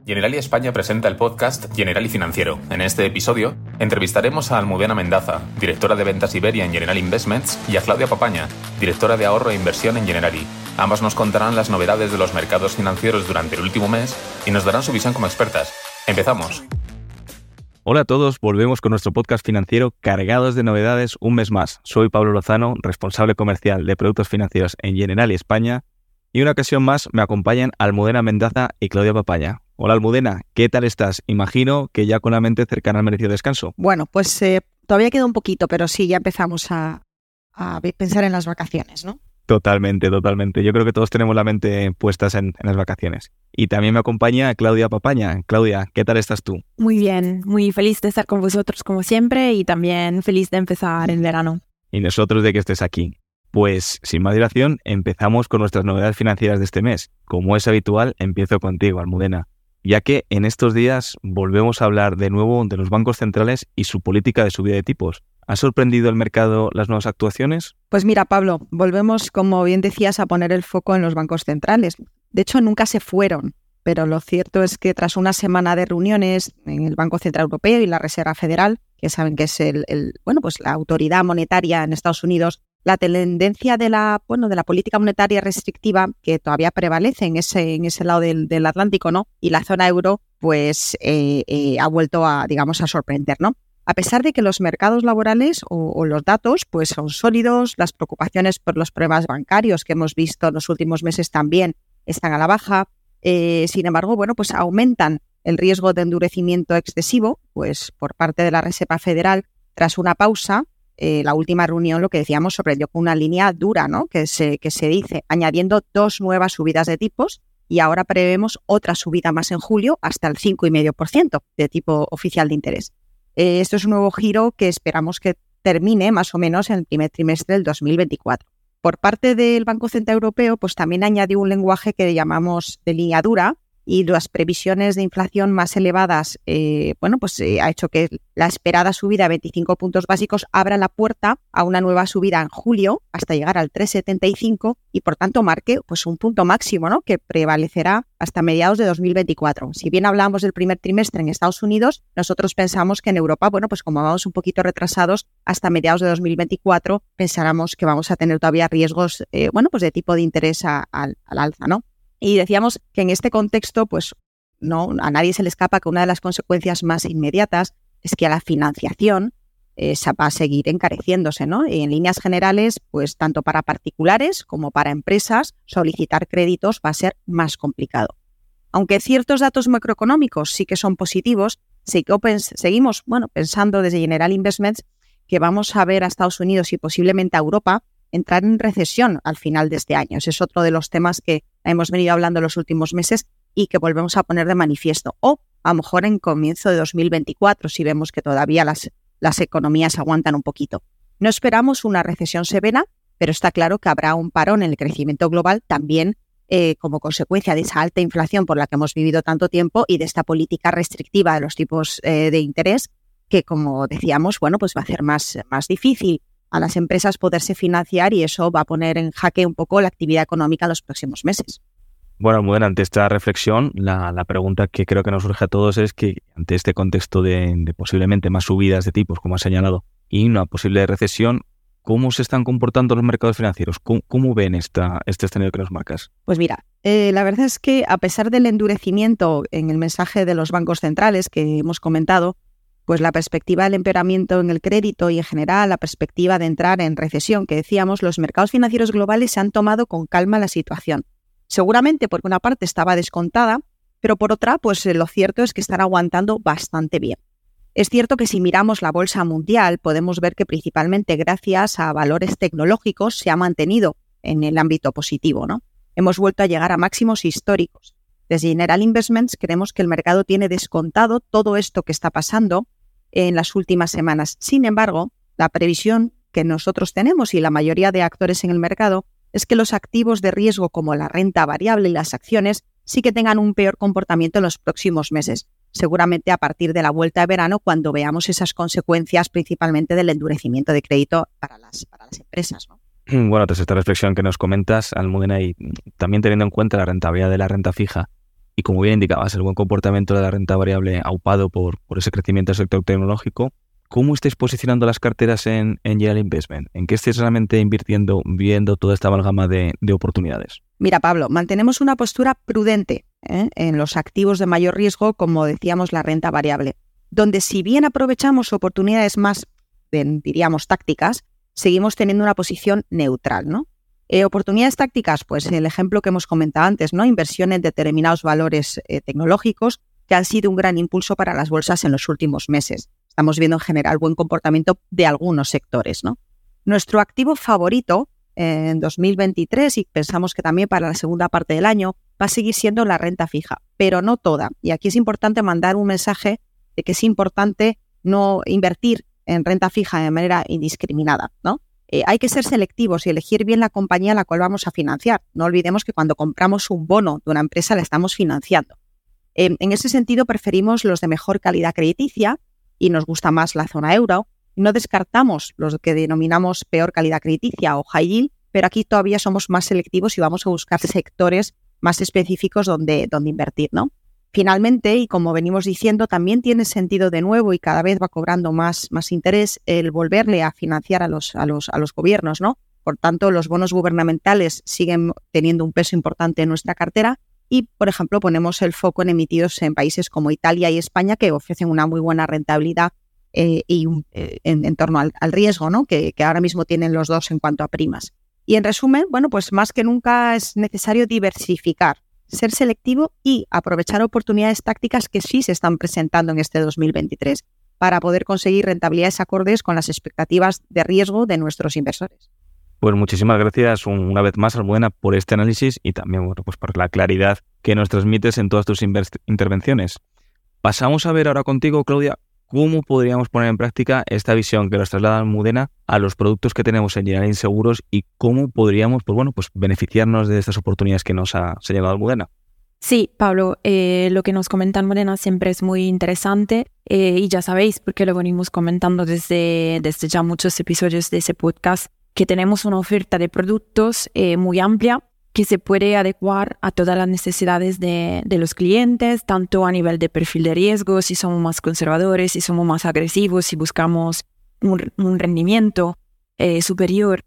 Generali España presenta el podcast Generali Financiero. En este episodio entrevistaremos a Almudena Mendaza, directora de ventas Iberia en Generali Investments, y a Claudia Papaña, directora de ahorro e inversión en Generali. Ambas nos contarán las novedades de los mercados financieros durante el último mes y nos darán su visión como expertas. ¡Empezamos! Hola a todos, volvemos con nuestro podcast financiero cargados de novedades un mes más. Soy Pablo Lozano, responsable comercial de productos financieros en Generali España, y una ocasión más me acompañan Almudena Mendaza y Claudia Papaña. Hola Almudena, ¿qué tal estás? Imagino que ya con la mente cercana al merecido descanso. Bueno, pues todavía queda un poquito, pero sí, ya empezamos a pensar en las vacaciones, ¿no? Totalmente. Yo creo que todos tenemos la mente puestas en las vacaciones. Y también me acompaña Claudia Papaña. Claudia, ¿qué tal estás tú? Muy bien, muy feliz de estar con vosotros como siempre y también feliz de empezar el verano. Y nosotros de que estés aquí. Pues sin más dilación, empezamos con nuestras novedades financieras de este mes. Como es habitual, empiezo contigo, Almudena, ya que en estos días volvemos a hablar de nuevo de los bancos centrales y su política de subida de tipos. ¿Ha sorprendido el mercado las nuevas actuaciones? Pues mira, Pablo, volvemos, como bien decías, a poner el foco en los bancos centrales. De hecho, nunca se fueron, pero lo cierto es que tras una semana de reuniones en el Banco Central Europeo y la Reserva Federal, que saben que es la autoridad monetaria en Estados Unidos, la tendencia de la política monetaria restrictiva que todavía prevalece en ese lado del Atlántico, ¿no? Y la zona euro, pues ha vuelto a sorprender, ¿no? A pesar de que los mercados laborales o los datos pues son sólidos, las preocupaciones por los problemas bancarios que hemos visto en los últimos meses también están a la baja. Sin embargo, pues aumentan el riesgo de endurecimiento excesivo, pues por parte de la Reserva Federal tras una pausa. La última reunión, lo que decíamos, sorprendió con una línea dura, ¿no? que se dice, añadiendo 2 nuevas subidas de tipos, y ahora prevemos otra subida más en julio hasta el 5,5% de tipo oficial de interés. Esto es un nuevo giro que esperamos que termine más o menos en el primer trimestre del 2024. Por parte del Banco Central Europeo, pues también añadió un lenguaje que llamamos de línea dura, y las previsiones de inflación más elevadas ha hecho que la esperada subida de 25 puntos básicos abra la puerta a una nueva subida en julio hasta llegar al 3,75 y por tanto marque pues un punto máximo, ¿no? Que prevalecerá hasta mediados de 2024. Si bien hablamos del primer trimestre en Estados Unidos, nosotros pensamos que en Europa, pues como vamos un poquito retrasados, hasta mediados de 2024 pensáramos que vamos a tener todavía riesgos de tipo de interés al alza, ¿no? Y decíamos que en este contexto, pues no, a nadie se le escapa que una de las consecuencias más inmediatas es que la financiación va a seguir encareciéndose, ¿no? Y en líneas generales, pues tanto para particulares como para empresas, solicitar créditos va a ser más complicado. Aunque ciertos datos macroeconómicos sí que son positivos, seguimos pensando desde Generali Investments que vamos a ver a Estados Unidos y posiblemente a Europa entrar en recesión al final de este año. Ese es otro de los temas que hemos venido hablando en los últimos meses y que volvemos a poner de manifiesto. O a lo mejor en comienzo de 2024, si vemos que todavía las economías aguantan un poquito. No esperamos una recesión severa, pero está claro que habrá un parón en el crecimiento global también como consecuencia de esa alta inflación por la que hemos vivido tanto tiempo y de esta política restrictiva de los tipos de interés que, como decíamos, pues va a hacer más difícil a las empresas poderse financiar y eso va a poner en jaque un poco la actividad económica en los próximos meses. Bueno, Almudena, ante esta reflexión, la pregunta que creo que nos surge a todos es que ante este contexto de posiblemente más subidas de tipos, como has señalado, y una posible recesión, ¿cómo se están comportando los mercados financieros? ¿Cómo ven este escenario que nos marcas? Pues mira, la verdad es que a pesar del endurecimiento en el mensaje de los bancos centrales que hemos comentado, pues la perspectiva del empeoramiento en el crédito y en general la perspectiva de entrar en recesión que decíamos, los mercados financieros globales se han tomado con calma la situación. Seguramente porque una parte estaba descontada, pero por otra, pues lo cierto es que están aguantando bastante bien. Es cierto que si miramos la bolsa mundial, podemos ver que principalmente gracias a valores tecnológicos se ha mantenido en el ámbito positivo, ¿no? Hemos vuelto a llegar a máximos históricos. Desde Generali Investments creemos que el mercado tiene descontado todo esto que está pasando en las últimas semanas. Sin embargo, la previsión que nosotros tenemos y la mayoría de actores en el mercado es que los activos de riesgo como la renta variable y las acciones sí que tengan un peor comportamiento en los próximos meses, seguramente a partir de la vuelta de verano cuando veamos esas consecuencias principalmente del endurecimiento de crédito para las empresas, ¿no? Bueno, tras esta reflexión que nos comentas, Almudena, y también teniendo en cuenta la rentabilidad de la renta fija y como bien indicabas, el buen comportamiento de la renta variable aupado por ese crecimiento del sector tecnológico, ¿cómo estáis posicionando las carteras en General Investment? ¿En qué estáis realmente invirtiendo viendo toda esta amalgama de oportunidades? Mira, Pablo, mantenemos una postura prudente en los activos de mayor riesgo, como decíamos, la renta variable, donde si bien aprovechamos oportunidades más, diríamos, tácticas, seguimos teniendo una posición neutral, ¿no? Oportunidades tácticas, pues el ejemplo que hemos comentado antes, ¿no? Inversión en determinados valores tecnológicos que han sido un gran impulso para las bolsas en los últimos meses. Estamos viendo en general buen comportamiento de algunos sectores, ¿no? Nuestro activo favorito en 2023, y pensamos que también para la segunda parte del año, va a seguir siendo la renta fija, pero no toda. Y aquí es importante mandar un mensaje de que es importante no invertir en renta fija de manera indiscriminada, ¿no? Hay que ser selectivos y elegir bien la compañía a la cual vamos a financiar. No olvidemos que cuando compramos un bono de una empresa la estamos financiando. En ese sentido, preferimos los de mejor calidad crediticia y nos gusta más la zona euro. No descartamos los que denominamos peor calidad crediticia o high yield, pero aquí todavía somos más selectivos y vamos a buscar sectores más específicos donde invertir, ¿no? Finalmente, y como venimos diciendo, también tiene sentido de nuevo y cada vez va cobrando más interés el volverle a financiar a los gobiernos, ¿no? Por tanto, los bonos gubernamentales siguen teniendo un peso importante en nuestra cartera y, por ejemplo, ponemos el foco en emitidos en países como Italia y España que ofrecen una muy buena rentabilidad en torno al riesgo, ¿no? Que ahora mismo tienen los dos en cuanto a primas. Y en resumen, bueno, pues más que nunca es necesario diversificar, ser selectivo y aprovechar oportunidades tácticas que sí se están presentando en este 2023 para poder conseguir rentabilidades acordes con las expectativas de riesgo de nuestros inversores. Pues muchísimas gracias una vez más, Almudena, por este análisis y también pues por la claridad que nos transmites en todas tus intervenciones. Pasamos a ver ahora contigo, Claudia, cómo podríamos poner en práctica esta visión que nos traslada Almudena a los productos que tenemos en General Seguros y cómo podríamos pues beneficiarnos de estas oportunidades que nos ha señalado Almudena. Sí, Pablo, lo que nos comenta Almudena siempre es muy interesante y ya sabéis, porque lo venimos comentando desde ya muchos episodios de ese podcast, que tenemos una oferta de productos muy amplia que se puede adecuar a todas las necesidades de los clientes, tanto a nivel de perfil de riesgo, si somos más conservadores, si somos más agresivos, si buscamos un rendimiento superior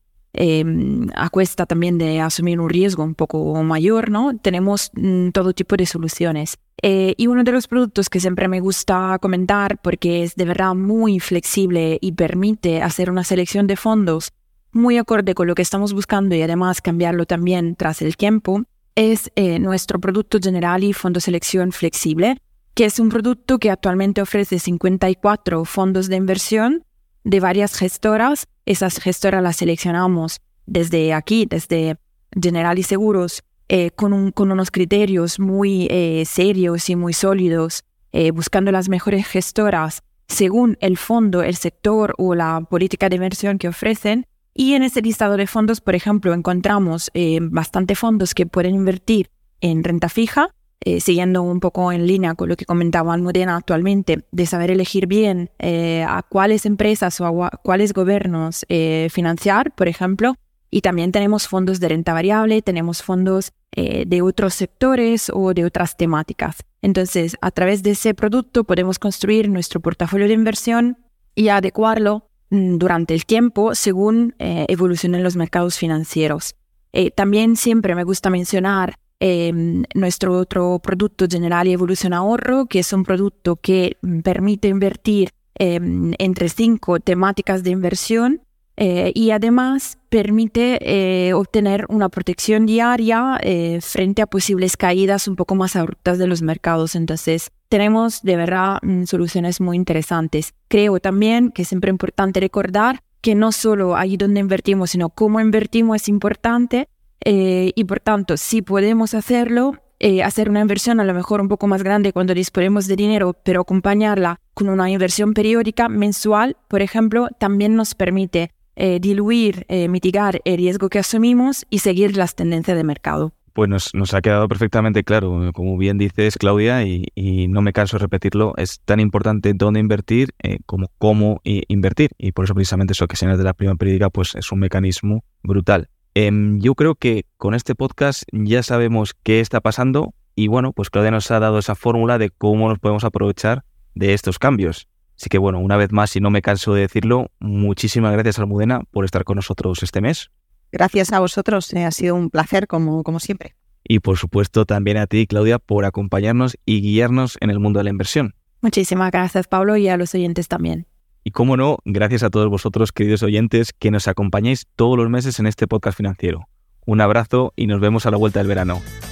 a cuesta también de asumir un riesgo un poco mayor, ¿no? Tenemos todo tipo de soluciones. Y uno de los productos que siempre me gusta comentar, porque es de verdad muy flexible y permite hacer una selección de fondos muy acorde con lo que estamos buscando y además cambiarlo también tras el tiempo, es nuestro producto Generali Fondo Selección Flexible, que es un producto que actualmente ofrece 54 fondos de inversión de varias gestoras. Esas gestoras las seleccionamos desde aquí, desde Generali Seguros, con unos criterios muy serios y muy sólidos, buscando las mejores gestoras según el fondo, el sector o la política de inversión que ofrecen. Y en ese listado de fondos, por ejemplo, encontramos bastante fondos que pueden invertir en renta fija, siguiendo un poco en línea con lo que comentaba Almudena actualmente, de saber elegir bien a cuáles empresas o a cuáles gobiernos financiar, por ejemplo. Y también tenemos fondos de renta variable, tenemos fondos de otros sectores o de otras temáticas. Entonces, a través de ese producto podemos construir nuestro portafolio de inversión y adecuarlo durante el tiempo según evolucionen los mercados financieros. También siempre me gusta mencionar nuestro otro producto Generali Evolución Ahorro, que es un producto que permite invertir entre 5 temáticas de inversión y además permite obtener una protección diaria frente a posibles caídas un poco más abruptas de los mercados. Entonces, tenemos de verdad soluciones muy interesantes. Creo también que es siempre importante recordar que no solo ahí donde invertimos, sino cómo invertimos es importante y por tanto, si podemos hacerlo, hacer una inversión a lo mejor un poco más grande cuando disponemos de dinero, pero acompañarla con una inversión periódica mensual, por ejemplo, también nos permite diluir, mitigar el riesgo que asumimos y seguir las tendencias de mercado. Pues nos ha quedado perfectamente claro, como bien dices, Claudia, y no me canso de repetirlo, es tan importante dónde invertir como cómo invertir, y por eso precisamente eso, ocasiones de la prima periódica, pues es un mecanismo brutal. Yo creo que con este podcast ya sabemos qué está pasando y bueno, pues Claudia nos ha dado esa fórmula de cómo nos podemos aprovechar de estos cambios. Así que bueno, una vez más, y no me canso de decirlo, muchísimas gracias, Almudena, por estar con nosotros este mes. Gracias a vosotros, ha sido un placer como siempre. Y por supuesto también a ti, Claudia, por acompañarnos y guiarnos en el mundo de la inversión. Muchísimas gracias, Pablo, y a los oyentes también. Y cómo no, gracias a todos vosotros, queridos oyentes, que nos acompañáis todos los meses en este podcast financiero. Un abrazo y nos vemos a la vuelta del verano.